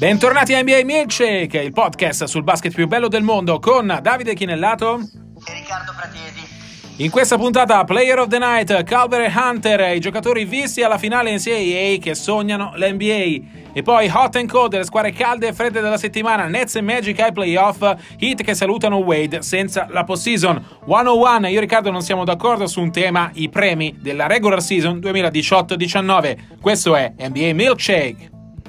Bentornati a NBA Milkshake, il podcast sul basket più bello del mondo con Davide Chinellato e Riccardo Fratesi. In questa puntata Player of the Night, Culver e Hunter, i giocatori visti alla finale NCAA che sognano l'NBA. E poi Hot and Cold, le squadre calde e fredde della settimana, Nets e Magic ai playoff, Heat che salutano Wade senza la postseason. 101, io e Riccardo non siamo d'accordo su un tema, i premi della regular season 2018-19. Questo è NBA Milkshake.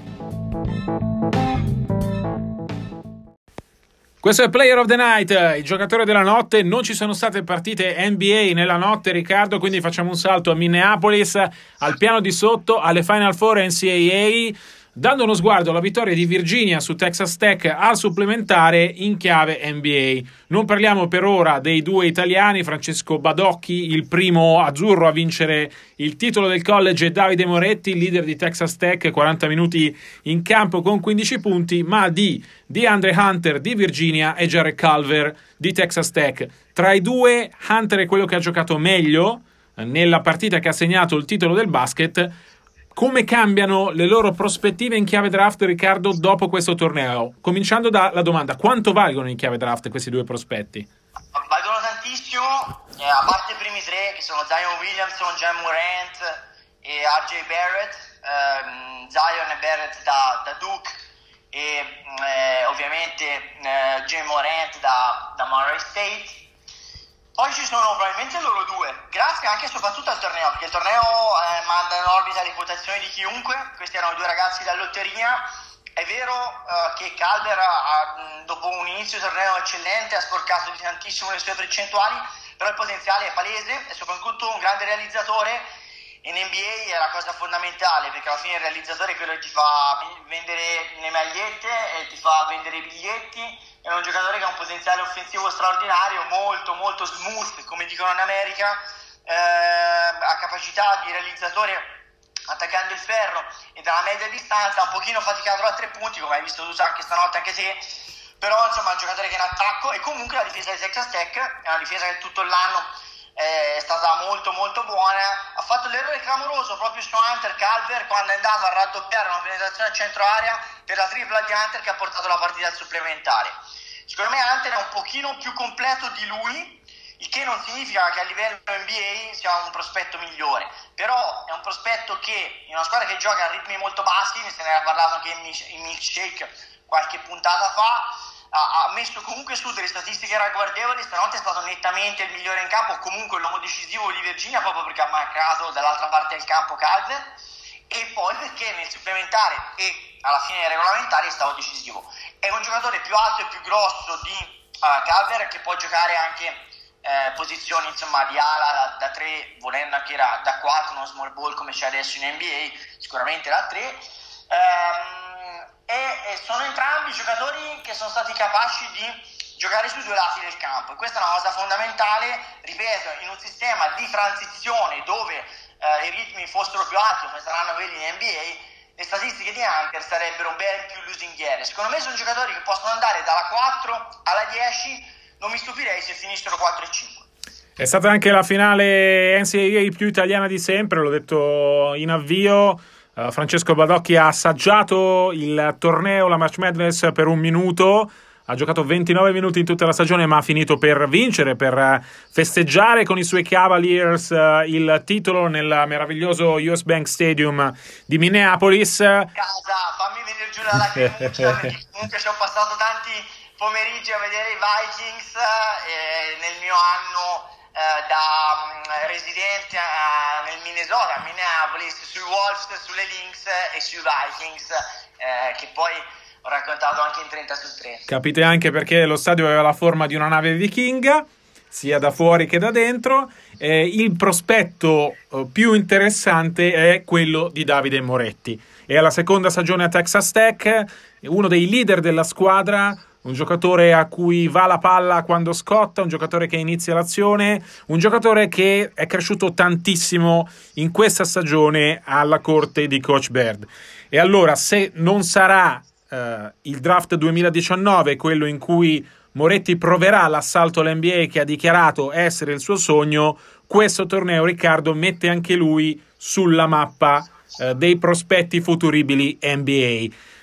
Questo è Player of the Night, il giocatore della notte. Non ci sono state partite NBA nella notte, Riccardo, quindi facciamo un salto a Minneapolis, al piano di sotto, alle Final Four NCAA, dando uno sguardo alla vittoria di Virginia su Texas Tech al supplementare in chiave NBA. Non parliamo per ora dei due italiani, Francesco Badocchi, il primo azzurro a vincere il titolo del college, e Davide Moretti, leader di Texas Tech, 40 minuti in campo con 15 punti, ma di DeAndre Hunter di Virginia e Jarrett Culver di Texas Tech. Tra i due, Hunter è quello che ha giocato meglio nella partita che ha segnato il titolo del basket. Come cambiano le loro prospettive in chiave draft, Riccardo, dopo questo torneo? Cominciando dalla domanda: quanto valgono in chiave draft questi due prospetti? Valgono tantissimo, a parte i primi tre che sono Zion Williamson, John Morant e RJ Barrett, Zion e Barrett da Duke e ovviamente Jay Morant da Murray State. Poi ci sono probabilmente loro due, grazie anche e soprattutto al torneo, perché il torneo manda in orbita le quotazioni di chiunque. Questi erano due ragazzi da lotteria. È vero che Culver dopo un inizio di torneo eccellente ha sporcato di tantissimo le sue percentuali, però il potenziale è palese, e soprattutto un grande realizzatore. In NBA è la cosa fondamentale, perché alla fine il realizzatore è quello che ti fa vendere le magliette e ti fa vendere i biglietti. È un giocatore che ha un potenziale offensivo straordinario, molto molto smooth, come dicono in America, ha capacità di realizzatore attaccando il ferro e dalla media distanza, un pochino faticato a 3 punti, come hai visto tu anche stanotte, anche te, però insomma è un giocatore che è in attacco. E comunque la difesa di Texas Tech è una difesa che tutto l'anno è stata molto molto buona. Ha fatto l'errore clamoroso proprio su Hunter Culver quando è andato a raddoppiare una penetrazione a centro area per la tripla di Hunter, che ha portato la partita al supplementare. Secondo me Hunter è un pochino più completo di lui, il che non significa che a livello NBA sia un prospetto migliore, però è un prospetto che in una squadra che gioca a ritmi molto bassi, se ne era parlato anche in Milkshake qualche puntata fa, ha messo comunque su delle statistiche ragguardevoli. Stanotte è stato nettamente il migliore in campo, comunque l'uomo decisivo di Virginia, proprio perché ha mancato dall'altra parte del campo Culver, e poi perché nel supplementare e alla fine regolamentare è stato decisivo. È un giocatore più alto e più grosso di Culver, che può giocare anche posizioni insomma di ala da 3, volendo anche da 4, uno small ball come c'è adesso in NBA, sicuramente da 3. E sono entrambi giocatori che sono stati capaci di giocare sui due lati del campo, e questa è una cosa fondamentale, ripeto, in un sistema di transizione dove i ritmi fossero più alti come saranno quelli in NBA. Le statistiche di Hunter sarebbero ben più lusinghiere. Secondo me sono giocatori che possono andare dalla 4 alla 10, non mi stupirei se finissero 4 e 5. È stata anche la finale NCAA più italiana di sempre, l'ho detto in avvio. Francesco Badocchi ha assaggiato il torneo, la March Madness, per un minuto. Ha giocato 29 minuti in tutta la stagione, ma ha finito per vincere, per festeggiare con i suoi Cavaliers il titolo nel meraviglioso US Bank Stadium di Minneapolis. Casa, fammi venire giù la lacrimuccia, perché comunque ci ho passato tanti pomeriggi a vedere i Vikings nel mio anno da residente nel Minnesota, a Minneapolis, sui Wolves, sulle Lynx e sui Vikings, che poi ho raccontato anche in 30 su 3. Capite anche perché lo stadio aveva la forma di una nave vichinga, sia da fuori che da dentro. Il prospetto più interessante è quello di Davide Moretti. È alla seconda stagione a Texas Tech, uno dei leader della squadra, un giocatore a cui va la palla quando scotta, un giocatore che inizia l'azione, un giocatore che è cresciuto tantissimo in questa stagione alla corte di Coach Baird. E allora, se non sarà il draft 2019 quello in cui Moretti proverà l'assalto all'NBA che ha dichiarato essere il suo sogno, questo torneo, Riccardo, mette anche lui sulla mappa dei prospetti futuribili NBA.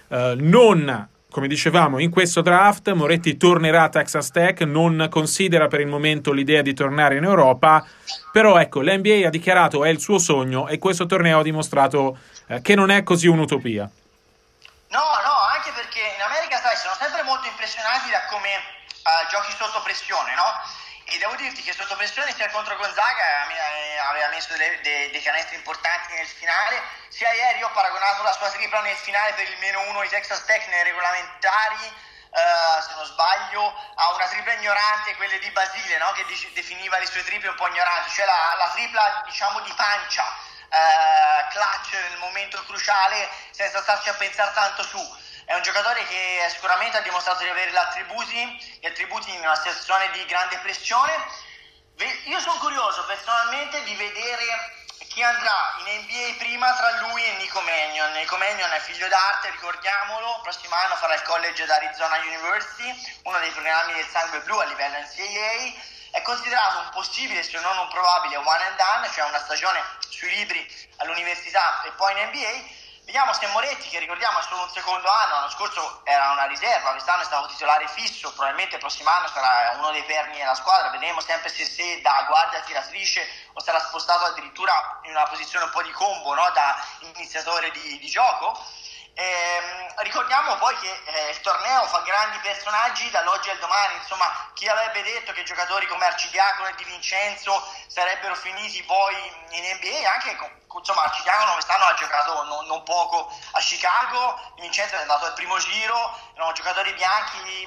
non, come dicevamo, in questo draft Moretti tornerà a Texas Tech, non considera per il momento l'idea di tornare in Europa, però ecco, l'NBA ha dichiarato è il suo sogno e questo torneo ha dimostrato che non è così un'utopia. No, anche perché in America, sai, sono sempre molto impressionati da come giochi sotto pressione, no? E devo dirti che sotto pressione sia contro Gonzaga aveva messo dei canestri importanti nel finale, sia ieri ho paragonato la sua tripla nel finale per il -1 di Texas Tech nei regolamentari, se non sbaglio, a una tripla ignorante, quelle di Basile, no? Che definiva le sue triple un po' ignoranti, cioè la tripla diciamo di pancia, clutch nel momento cruciale senza starci a pensare tanto su. È un giocatore che sicuramente ha dimostrato di avere gli attributi in una situazione di grande pressione. Io sono curioso personalmente di vedere chi andrà in NBA prima tra lui e Nico Mannion. Nico Mannion è figlio d'arte, ricordiamolo, il prossimo anno farà il college ad Arizona University, uno dei programmi del sangue blu a livello NCAA. È considerato un possibile, se non un probabile, one and done, cioè una stagione sui libri all'università e poi in NBA. Vediamo se Moretti, che ricordiamo è solo un secondo anno, l'anno scorso era una riserva, quest'anno è stato titolare fisso, probabilmente il prossimo anno sarà uno dei perni della squadra, vedremo sempre se da guardia tiratrice o sarà spostato addirittura in una posizione un po' di combo, no? Da iniziatore di gioco. Ricordiamo poi che il torneo fa grandi personaggi dall'oggi al domani, insomma chi avrebbe detto che giocatori come Arcidiacono e Di Vincenzo sarebbero finiti poi in NBA, anche insomma Arcidiacono quest'anno ha giocato non poco a Chicago, Di Vincenzo è andato al primo giro, erano giocatori bianchi,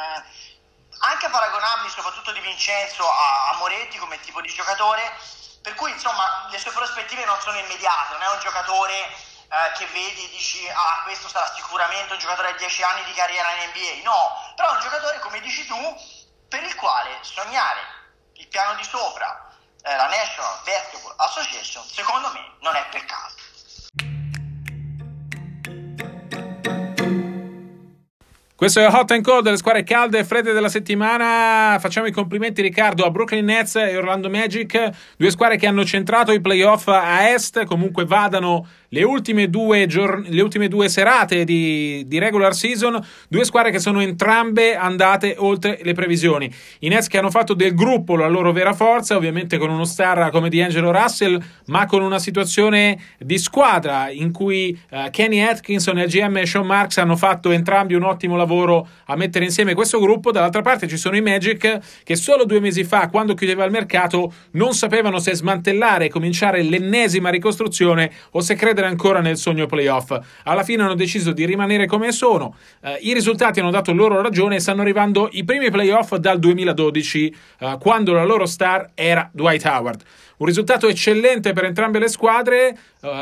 anche paragonabili soprattutto Di Vincenzo a Moretti come tipo di giocatore, per cui insomma le sue prospettive non sono immediate, non è un giocatore che vedi e dici questo sarà sicuramente un giocatore a 10 anni di carriera in NBA, no, però è un giocatore come dici tu per il quale sognare il piano di sopra, la National Basketball Association, secondo me non è per caso. Questo è Hot and Cold, delle squadre calde e fredde della settimana. Facciamo i complimenti, Riccardo, a Brooklyn Nets e Orlando Magic, due squadre che hanno centrato i playoff a est, comunque vadano le ultime due serate di regular season, due squadre che sono entrambe andate oltre le previsioni. I Nets che hanno fatto del gruppo la loro vera forza, ovviamente con uno star come D'Angelo Russell, ma con una situazione di squadra in cui Kenny Atkinson e il GM Sean Marks hanno fatto entrambi un ottimo lavoro a mettere insieme questo gruppo. Dall'altra parte ci sono i Magic che solo 2 mesi fa, quando chiudeva il mercato, non sapevano se smantellare e cominciare l'ennesima ricostruzione o se credere ancora nel sogno playoff. Alla fine hanno deciso di rimanere come sono, i risultati hanno dato loro ragione e stanno arrivando i primi playoff dal 2012, quando la loro star era Dwight Howard. Un risultato eccellente per entrambe le squadre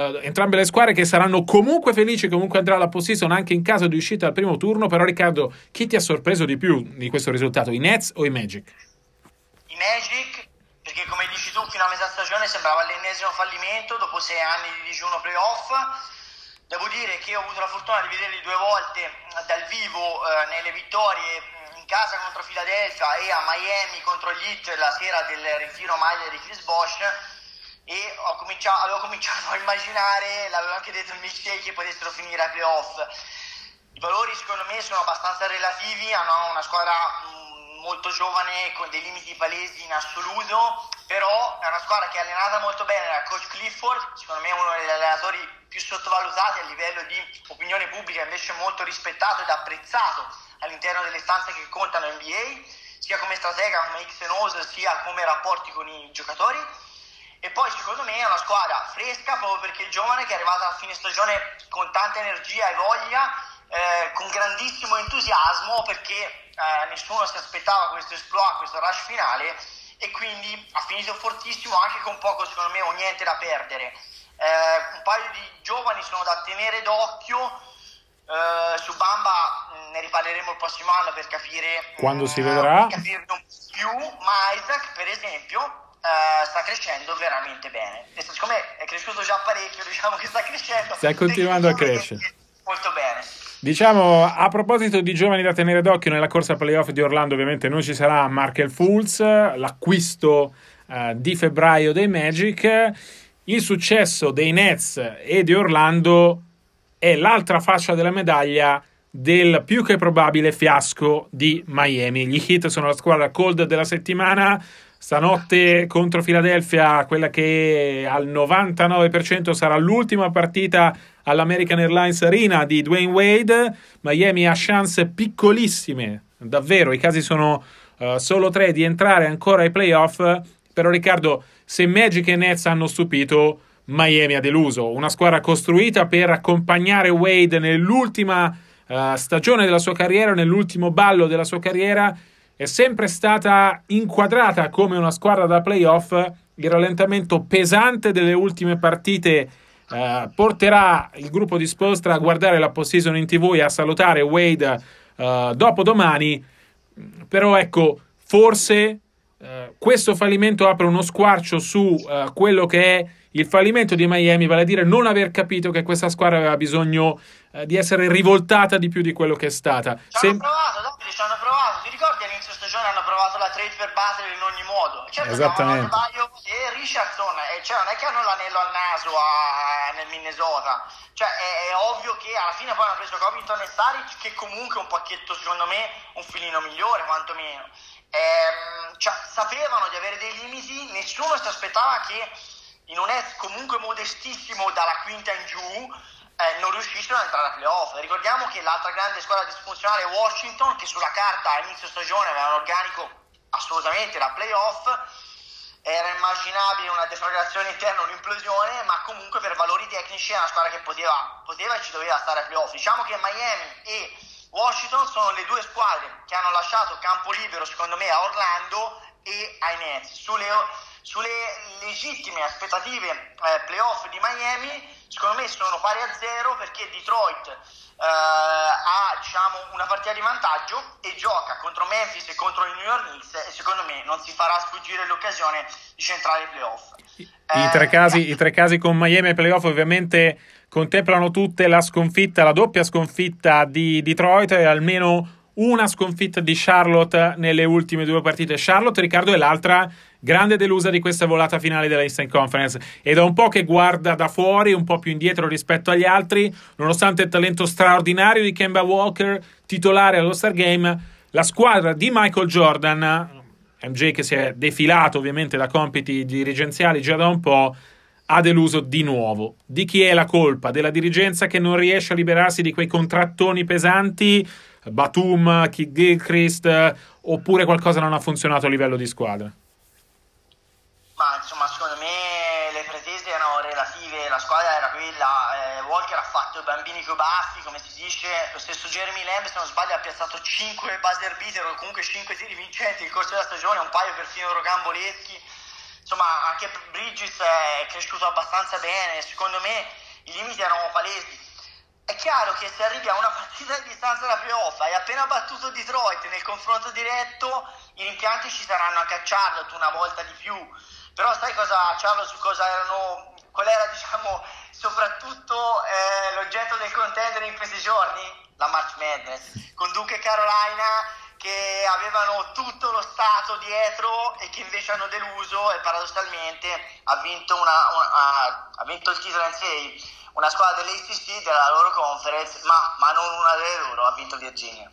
che saranno comunque felici, comunque andrà alla postseason anche in caso di uscita al primo turno. Però Riccardo, chi ti ha sorpreso di più di questo risultato, i Nets o i Magic? I Magic, perché come dici tu fino a metà stagione sembrava l'ennesimo fallimento dopo 6 anni di digiuno playoff. Devo dire che ho avuto la fortuna di vederli 2 volte dal vivo nelle vittorie in casa contro Philadelphia e a Miami contro gli Heat la sera del ritiro maglia di Chris Bosh, e avevo cominciato a immaginare, l'avevo anche detto il Knicks, che potessero finire ai playoff. I valori secondo me sono abbastanza relativi, hanno una squadra molto giovane con dei limiti palesi in assoluto, però è una squadra che è allenata molto bene da coach Clifford, secondo me è uno degli allenatori più sottovalutati a livello di opinione pubblica, invece molto rispettato ed apprezzato all'interno delle stanze che contano NBA, sia come stratega, come X&O's, sia come rapporti con i giocatori. E poi secondo me è una squadra fresca proprio perché è giovane, che è arrivata a fine stagione con tanta energia e voglia, con grandissimo entusiasmo, perché nessuno si aspettava questo exploit, questo rush finale, e quindi ha finito fortissimo anche con poco, secondo me, o niente da perdere. Un paio di giovani sono da tenere d'occhio. Su Bamba ne riparleremo il prossimo anno per capire quando si vedrà, capirne un po' più, ma Isaac per esempio sta crescendo veramente bene, e siccome è cresciuto già parecchio, diciamo che sta crescendo, sta continuando a crescere molto bene. Diciamo, a proposito di giovani da tenere d'occhio, nella corsa playoff di Orlando ovviamente non ci sarà Markelle Fultz, l'acquisto di febbraio dei Magic. Il successo dei Nets e di Orlando è l'altra faccia della medaglia del più che probabile fiasco di Miami. Gli Heat sono la squadra cold della settimana. Stanotte contro Philadelphia, quella che al 99% sarà l'ultima partita all'American Airlines Arena di Dwayne Wade. Miami ha chance piccolissime, davvero, i casi sono solo 3 di entrare ancora ai playoff. Però Riccardo, se Magic e Nets hanno stupito, Miami ha deluso. Una squadra costruita per accompagnare Wade nell'ultima stagione della sua carriera, nell'ultimo ballo della sua carriera, è sempre stata inquadrata come una squadra da playoff. Il rallentamento pesante delle ultime partite porterà il gruppo di Spoelstra a guardare la post-season in TV e a salutare Wade dopo domani. Però ecco, forse questo fallimento apre uno squarcio su quello che è il fallimento di Miami, vale a dire non aver capito che questa squadra aveva bisogno di essere rivoltata di più di quello che è stata. Ci hanno provato, ti ricordi all'inizio stagione hanno provato la trade per Butler in ogni modo? Certo, esattamente. E Richardson, cioè non è che hanno l'anello al naso nel Minnesota, cioè è ovvio che alla fine poi hanno preso Covington e Saric, che comunque è un pacchetto secondo me un filino migliore quantomeno. Cioè, sapevano di avere dei limiti, nessuno si aspettava che in un est comunque modestissimo dalla quinta in giù non riuscissero ad entrare a playoff. Ricordiamo che l'altra grande squadra disfunzionale è Washington, che sulla carta a inizio stagione aveva un organico assolutamente da playoff, era immaginabile una deflagrazione interna, un'implosione, ma comunque per valori tecnici è una squadra che poteva e ci doveva stare a playoff. Diciamo che Miami e Washington sono le due squadre che hanno lasciato campo libero secondo me a Orlando e ai Nets. Sulle legittime aspettative playoff di Miami, secondo me sono pari a 0, perché Detroit ha diciamo una partita di vantaggio e gioca contro Memphis e contro il New York Knicks, e secondo me non si farà sfuggire l'occasione di centrare i playoff. I tre casi con Miami ai playoff ovviamente contemplano tutte la doppia sconfitta di Detroit e almeno una sconfitta di Charlotte nelle ultime 2 partite. Charlotte, Riccardo, è l'altra grande delusa di questa volata finale della Eastern Conference, e da un po' che guarda da fuori, un po' più indietro rispetto agli altri, nonostante il talento straordinario di Kemba Walker, titolare all'All-Star Game. La squadra di Michael Jordan, MJ che si è defilato ovviamente da compiti dirigenziali già da un po', ha deluso di nuovo. Di chi è la colpa? Della dirigenza che non riesce a liberarsi di quei contrattoni pesanti, Batum, Gilchrist, oppure qualcosa non ha funzionato a livello di squadra? Ma insomma, secondo me le pretese erano relative, la squadra era quella. Walker ha fatto i bambini coi baffi, come si dice. Lo stesso Jeremy Lamb, se non sbaglio, ha piazzato 5 buzzer beater o comunque 5 tiri vincenti nel corso della stagione, un paio perfino rocamboleschi. Insomma, anche Bridges è cresciuto abbastanza bene. Secondo me i limiti erano palesi. È chiaro che se arrivi a una partita di distanza da playoff, hai appena battuto Detroit nel confronto diretto, i rimpianti ci saranno anche a Charlotte una volta di più. Però sai cosa, Charlotte, su cosa erano, qual era diciamo soprattutto l'oggetto del contendere in questi giorni? La March Madness, con Duke e Carolina che avevano tutto lo stato dietro e che invece hanno deluso, e paradossalmente ha vinto il titolo NCAA una squadra dell'ACC della loro conference, ma non una delle loro, ha vinto Virginia.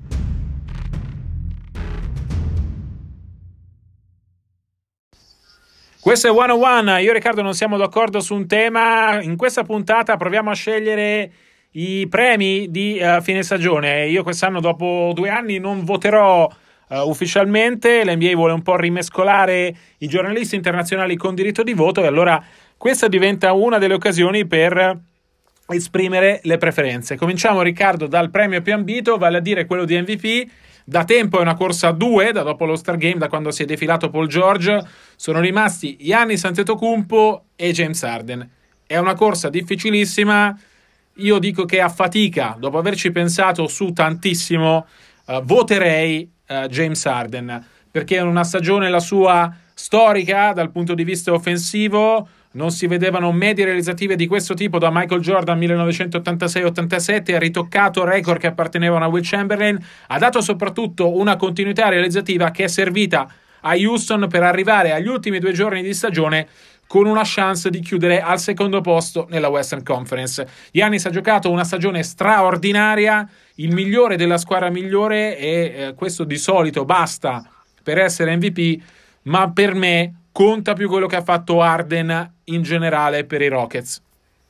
Questo è 101. Io e Riccardo non siamo d'accordo su un tema. In questa puntata proviamo a scegliere i premi di fine stagione. Io quest'anno, dopo 2 anni, non voterò ufficialmente. L'NBA vuole un po' rimescolare i giornalisti internazionali con diritto di voto, e allora questa diventa una delle occasioni per esprimere le preferenze. Cominciamo, Riccardo, dal premio più ambito, vale a dire quello di MVP. Da tempo è una corsa a 2, da dopo lo Star Game, da quando si è defilato Paul George, sono rimasti Giannis Antetokounmpo e James Harden. È una corsa difficilissima. Io dico che a fatica, dopo averci pensato su tantissimo, voterei James Harden, perché è una stagione la sua storica dal punto di vista offensivo. Non si vedevano medie realizzative di questo tipo da Michael Jordan 1986-87, ha ritoccato record che appartenevano a Will Chamberlain, ha dato soprattutto una continuità realizzativa che è servita a Houston per arrivare agli ultimi 2 giorni di stagione con una chance di chiudere al secondo posto nella Western Conference. Giannis ha giocato una stagione straordinaria, il migliore della squadra migliore, e questo di solito basta per essere MVP, ma per me conta più quello che ha fatto Harden in generale per i Rockets.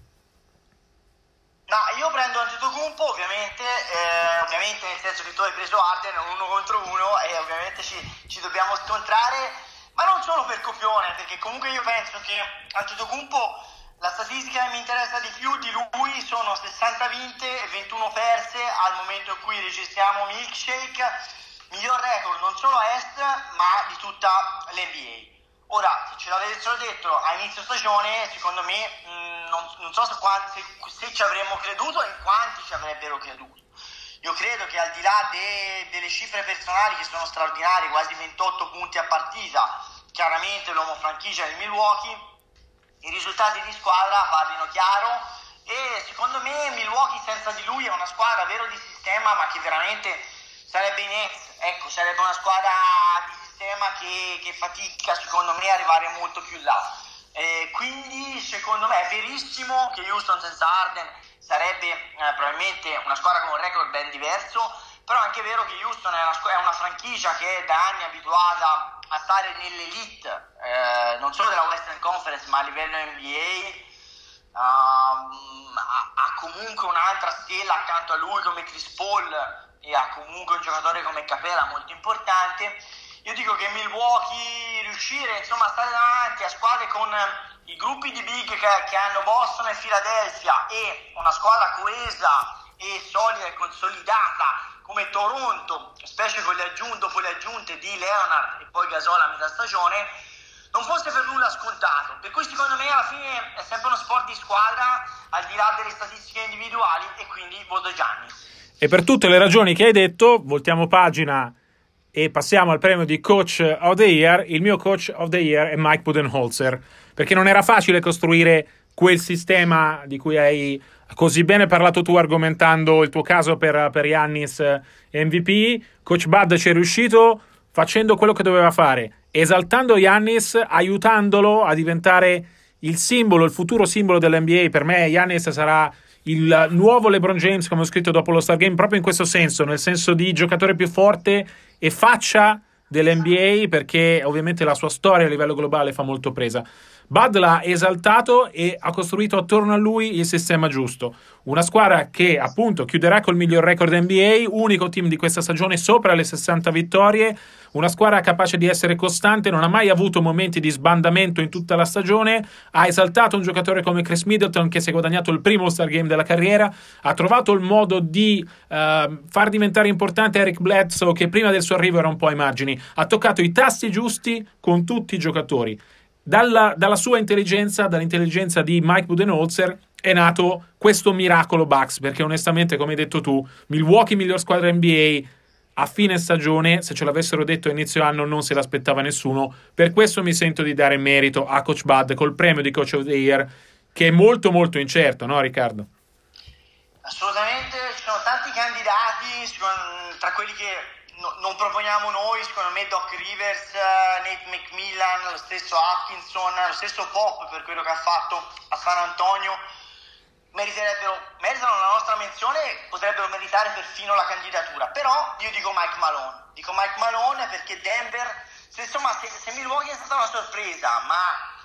No, io prendo Antetokounmpo, ovviamente nel senso che tu hai preso Harden 1 contro 1 e ovviamente ci dobbiamo scontrare, ma non solo per copione, perché comunque io penso che Antetokounmpo, la statistica che mi interessa di più di lui sono 60 vinte e 21 perse al momento in cui registriamo Milkshake, miglior record non solo a Est ma di tutta l'NBA. Ora, se ce l'avessero detto a inizio stagione, secondo me non so se ci avremmo creduto e in quanti ci avrebbero creduto. Io credo che al di là delle cifre personali che sono straordinarie, quasi 28 punti a partita, chiaramente l'uomo franchigia del Milwaukee, i risultati di squadra parlino chiaro, e secondo me Milwaukee senza di lui è una squadra vero di sistema, ma che veramente sarebbe in ecco, sarebbe una squadra di sistema che fatica secondo me a arrivare molto più là. Quindi secondo me è verissimo che Houston senza Harden sarebbe probabilmente una squadra con un record ben diverso, però è anche vero che Houston è una franchigia che è da anni abituata a stare nell'elite, non solo della Western Conference ma a livello NBA. Ha comunque un'altra stella accanto a lui come Chris Paul, e ha comunque un giocatore come Capela molto importante. Io dico che Milwaukee riuscire insomma a stare davanti a squadre con i gruppi di big che hanno Boston e Philadelphia, e una squadra coesa e solida e consolidata come Toronto, specie dopo le aggiunte di Leonard e poi Gasol a metà stagione, non fosse per nulla scontato. Per cui secondo me alla fine è sempre uno sport di squadra al di là delle statistiche individuali, e quindi voto Giannis. E per tutte le ragioni che hai detto, voltiamo pagina e passiamo al premio di Coach of the Year. Il mio Coach of the Year è Mike Budenholzer, perché non era facile costruire quel sistema di cui hai così bene parlato tu, argomentando il tuo caso per Giannis MVP. Coach Bud ci è riuscito facendo quello che doveva fare, esaltando Giannis, aiutandolo a diventare il futuro simbolo dell'NBA. Per me Giannis sarà il nuovo LeBron James, come ho scritto dopo lo Star Game, proprio in questo senso, nel senso di giocatore più forte e faccia dell'NBA, perché ovviamente la sua storia a livello globale fa molto presa. Bud l'ha esaltato e ha costruito attorno a lui il sistema giusto. Una squadra che appunto chiuderà col miglior record NBA, unico team di questa stagione sopra le 60 vittorie, una squadra capace di essere costante, non ha mai avuto momenti di sbandamento in tutta la stagione, ha esaltato un giocatore come Chris Middleton che si è guadagnato il primo Star Game della carriera, ha trovato il modo di far diventare importante Eric Bledsoe, che prima del suo arrivo era un po' ai margini, ha toccato i tasti giusti con tutti i giocatori. Dalla sua intelligenza, dall'intelligenza di Mike Budenholzer, è nato questo miracolo Bucks, perché onestamente, come hai detto tu, Milwaukee miglior squadra NBA a fine stagione, se ce l'avessero detto a inizio anno non se l'aspettava nessuno. Per questo mi sento di dare merito a Coach Bud col premio di Coach of the Year, che è molto molto incerto, no Riccardo? Assolutamente, ci sono tanti candidati, tra quelli che non proponiamo noi. Secondo me Doc Rivers, Nate McMillan, lo stesso Atkinson, lo stesso Pop per quello che ha fatto a San Antonio meritano la nostra menzione, potrebbero meritare perfino la candidatura. Però io dico Mike Malone perché Denver, se Milwaukee è stata una sorpresa, ma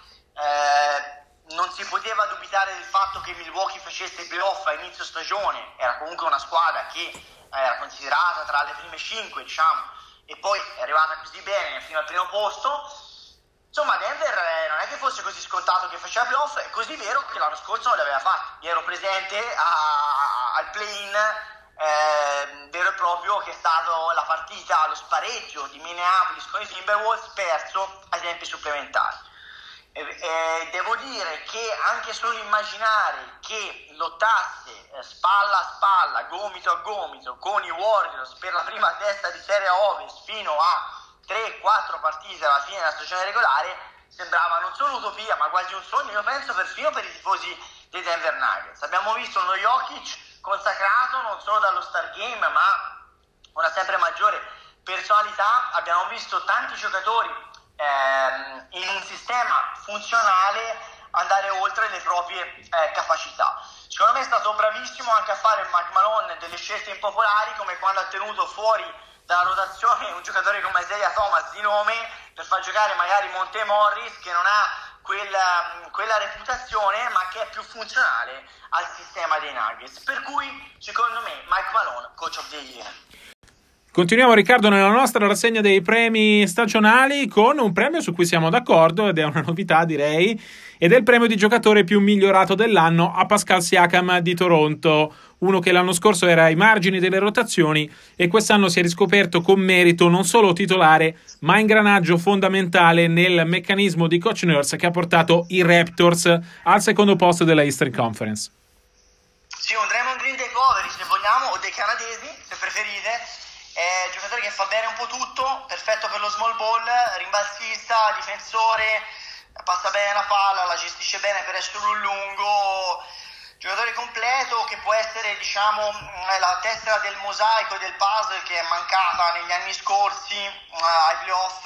non si poteva dubitare del fatto che Milwaukee facesse i playoff a inizio stagione, era comunque una squadra che era considerata tra le prime 5, diciamo, e poi è arrivata così bene fino al primo posto. Insomma, Denver non è che fosse così scontato che faceva playoff, è così vero che l'anno scorso non li aveva fatti. Io ero presente al play-in vero e proprio, che è stato la partita, lo spareggio di Minneapolis con i Timberwolves, perso ai tempi supplementari. Devo dire che anche solo immaginare che lottasse spalla a spalla, gomito a gomito con i Warriors per la prima testa di serie Ovest fino a 3-4 partite alla fine della stagione regolare sembrava non solo utopia ma quasi un sogno, io penso perfino per i tifosi dei Denver Nuggets. Abbiamo visto uno Jokic consacrato non solo dallo Star Game ma una sempre maggiore personalità, abbiamo visto tanti giocatori in un sistema funzionale andare oltre le proprie capacità. Secondo me è stato bravissimo anche a fare Mike Malone delle scelte impopolari, come quando ha tenuto fuori dalla rotazione un giocatore come Isaiah Thomas di nome per far giocare magari Monte Morris, che non ha quella reputazione ma che è più funzionale al sistema dei Nuggets. Per cui secondo me Mike Malone Coach of the Year. Continuiamo, Riccardo, nella nostra rassegna dei premi stagionali con un premio su cui siamo d'accordo ed è una novità, direi, ed è il premio di giocatore più migliorato dell'anno a Pascal Siakam di Toronto, uno che l'anno scorso era ai margini delle rotazioni e quest'anno si è riscoperto con merito non solo titolare ma ingranaggio fondamentale nel meccanismo di Coach Nurse che ha portato i Raptors al secondo posto della Eastern Conference. Sì, un Draymond Green dei poveri, se vogliamo, o dei canadesi, se preferite. È un giocatore che fa bene un po' tutto, perfetto per lo small ball, rimbalzista, difensore, passa bene la palla, la gestisce bene per essere un lungo, giocatore completo che può essere, diciamo, la tessera del mosaico e del puzzle che è mancata negli anni scorsi ai playoff,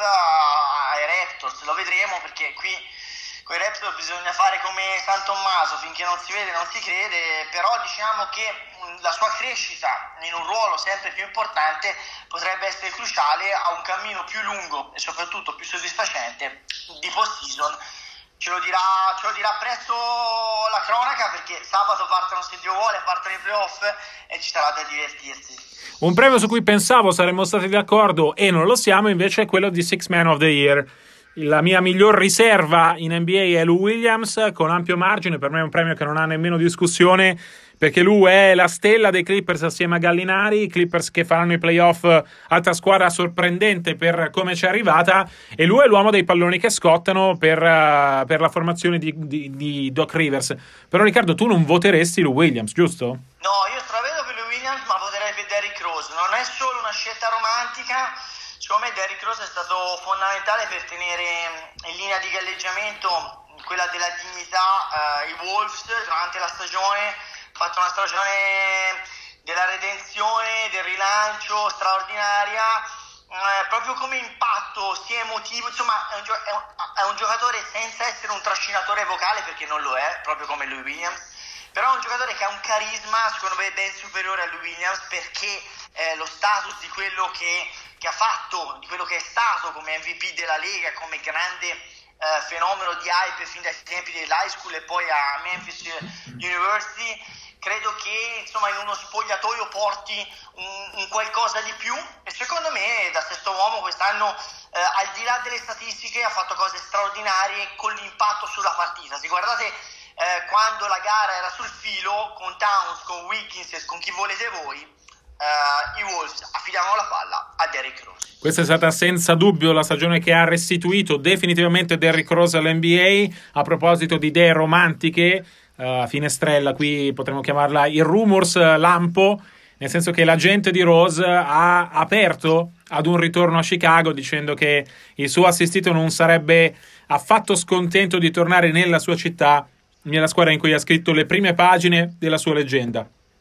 ai Raptors. Lo vedremo, perché qui con i Raptors bisogna fare come San Tommaso, finché non si vede non si crede, però diciamo che la sua crescita in un ruolo sempre più importante potrebbe essere cruciale a un cammino più lungo e soprattutto più soddisfacente di post-season. Ce lo dirà presto la cronaca, perché sabato partono, se Dio vuole, partono i playoff e ci sarà da divertirsi. Un premio su cui pensavo saremmo stati d'accordo e non lo siamo, invece, è quello di Six Man of the Year. La mia miglior riserva in NBA è Lou Williams, con ampio margine. Per me è un premio che non ha nemmeno discussione, perché Lou è la stella dei Clippers assieme a Gallinari, i Clippers che faranno i playoff, altra squadra sorprendente per come ci è arrivata, e lui è l'uomo dei palloni che scottano per la formazione di Doc Rivers. Però, Riccardo, tu non voteresti Lou Williams, giusto? No, io stravedo per Lou Williams, ma voterei per Derrick Rose. Non è solo una scelta romantica. Secondo me Derrick Rose è stato fondamentale per tenere in linea di galleggiamento quella della dignità i Wolves durante la stagione. Ha fatto una stagione della redenzione, del rilancio straordinaria, proprio come impatto sia emotivo, insomma è un giocatore senza essere un trascinatore vocale, perché non lo è, proprio come lui Williams, però è un giocatore che ha un carisma secondo me ben superiore a lui Williams, perché lo status di quello che ha fatto, di quello che è stato come MVP della Lega, come grande fenomeno di hype fin dai tempi dell'high school e poi a Memphis University. Credo che insomma in uno spogliatoio porti un qualcosa di più, e secondo me da sesto uomo quest'anno al di là delle statistiche ha fatto cose straordinarie con l'impatto sulla partita. Se guardate quando la gara era sul filo, con Towns, con Wiggins e con chi volete voi, i Wolves affidavano la palla a Derrick Rose. Questa è stata senza dubbio la stagione che ha restituito definitivamente Derrick Rose all'NBA. A proposito di idee romantiche, finestrella, qui potremmo chiamarla il rumors lampo, nel senso che l'agente di Rose ha aperto ad un ritorno a Chicago, dicendo che il suo assistito non sarebbe affatto scontento di tornare nella sua città, nella squadra in cui ha scritto le prime pagine della sua leggenda.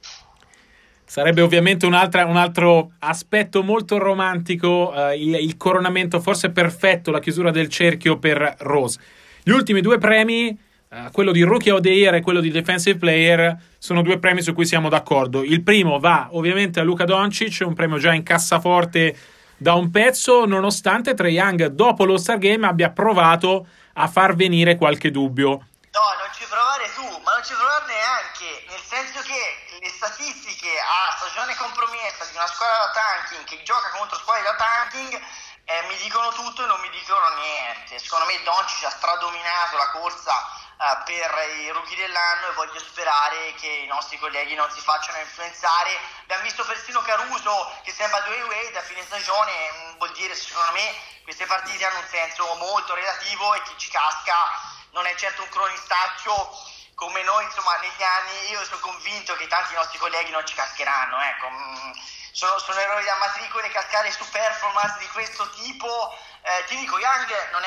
Sarebbe ovviamente un altro aspetto molto romantico, il coronamento forse perfetto, la chiusura del cerchio per Rose. Gli ultimi due premi, quello di Rookie of the Year e quello di Defensive Player, sono due premi su cui siamo d'accordo. Il primo va ovviamente a Luka Doncic, un premio già in cassaforte da un pezzo, nonostante Trae Young dopo l'All-Star Game abbia provato a far venire qualche dubbio. No, non ci provare tu, ma non ci provare neanche, nel senso che le statistiche a stagione compromessa di una squadra da tanking che gioca contro squadre da tanking mi dicono tutto e non mi dicono niente. Secondo me Doncic ha stradominato la corsa per i rookie dell'anno, e voglio sperare che i nostri colleghi non si facciano influenzare. Abbiamo visto persino Caruso che sembra Dwayne Wade a fine stagione, vuol dire secondo me queste partite hanno un senso molto relativo, e chi ci casca non è certo un cronistaccio come noi, insomma, negli anni. Io sono convinto che tanti nostri colleghi non ci cascheranno, ecco. Sono errori da matricole cascare su performance di questo tipo. Ti dico, Young non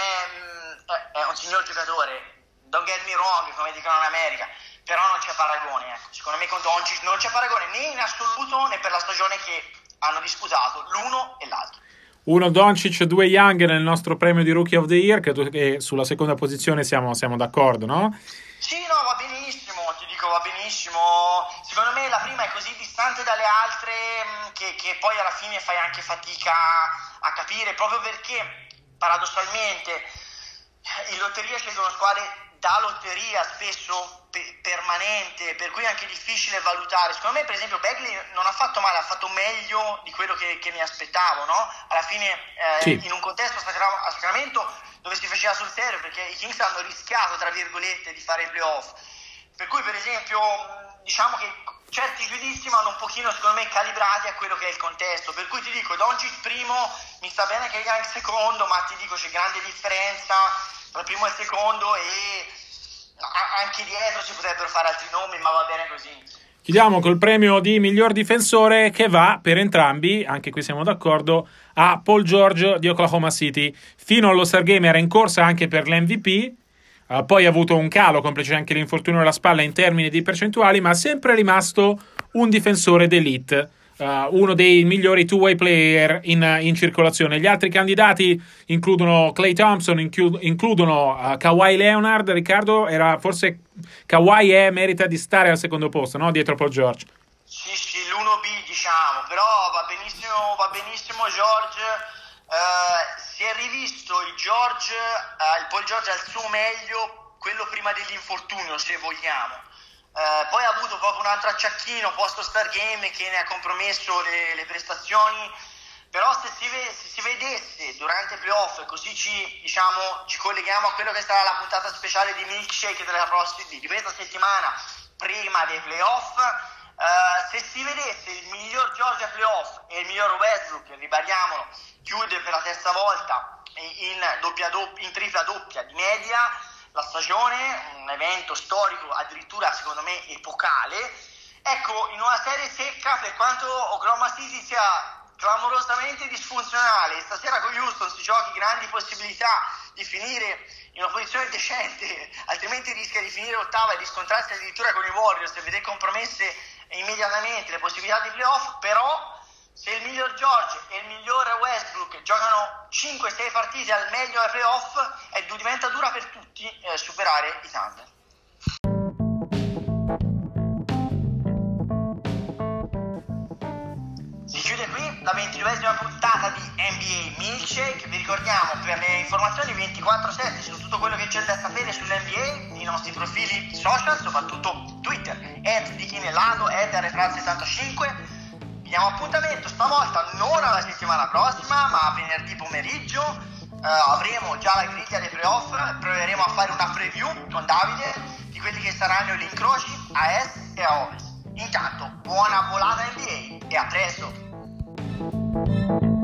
è un signor giocatore, don't get me wrong, come dicono in America, però non c'è paragone, ecco. Secondo me con Doncic non c'è paragone né in assoluto né per la stagione che hanno disputato l'uno e l'altro. 1 Doncic, 2 Young nel nostro premio di Rookie of the Year, che sulla seconda posizione siamo d'accordo, no? Sì, no, va benissimo, ti dico, va benissimo. Secondo me la prima è così distante dalle altre che poi alla fine fai anche fatica a capire, proprio perché paradossalmente in lotteria scelgono squadre da lotteria spesso permanente, per cui è anche difficile valutare. Secondo me per esempio Bagley non ha fatto male, ha fatto meglio di quello che mi aspettavo, no? Alla fine Sì. in un contesto a Sacramento dove si faceva sul serio, perché i Kings hanno rischiato tra virgolette di fare i playoff, per cui per esempio diciamo che certi giudizi vanno un pochino secondo me calibrati a quello che è il contesto, per cui ti dico Doncic primo, mi sta bene che Young secondo, ma ti dico c'è grande differenza tra il primo e il secondo e anche dietro si potrebbero fare altri nomi, ma va bene così. Chiudiamo col premio di miglior difensore, che va per entrambi, anche qui siamo d'accordo, a Paul George di Oklahoma City. Fino allo Star Game era in corsa anche per l'MVP, poi ha avuto un calo, complice anche l'infortunio alla spalla in termini di percentuali, ma è sempre rimasto un difensore d'elite. Uno dei migliori two-way player in circolazione. Gli altri candidati includono Klay Thompson, includono Kawhi Leonard. Riccardo, forse Kawhi merita di stare al secondo posto, no? Dietro Paul George. Sì, l'1B diciamo, però va benissimo George. Si è rivisto il Paul George al suo meglio, quello prima dell'infortunio, se vogliamo. Poi ha avuto proprio un altro acciacchino post Star Game che ne ha compromesso le prestazioni, però se si vedesse durante i playoff, così ci colleghiamo a quello che sarà la puntata speciale di Milkshake di questa settimana prima dei playoff, se si vedesse il miglior George ai playoff e il miglior Westbrook, ribadiamolo, chiude per la terza volta in tripla doppia di media la stagione, un evento storico addirittura secondo me epocale, ecco, in una serie secca, per quanto Oklahoma City sia clamorosamente disfunzionale, stasera con Houston si giochi grandi possibilità di finire in una posizione decente, altrimenti rischia di finire ottava e di scontrarsi addirittura con i Warriors e vedere compromesse immediatamente le possibilità di playoff. Però se il miglior George e il miglior Westbrook giocano 5-6 partite al meglio ai playoff, diventa dura per tutti superare i Thunder. Si chiude qui la 29esima puntata di NBA Milkshake. Vi ricordiamo, per le informazioni 24/7 su tutto quello che c'è da sapere sull'NBA, i nostri profili social, soprattutto Twitter, @dichinelato, @rfraz75. Diamo appuntamento stavolta non alla settimana prossima, ma a venerdì pomeriggio. Avremo già la griglia dei playoff, proveremo a fare una preview con Davide di quelli che saranno gli incroci a est e a ovest. Intanto buona volata NBA e a presto!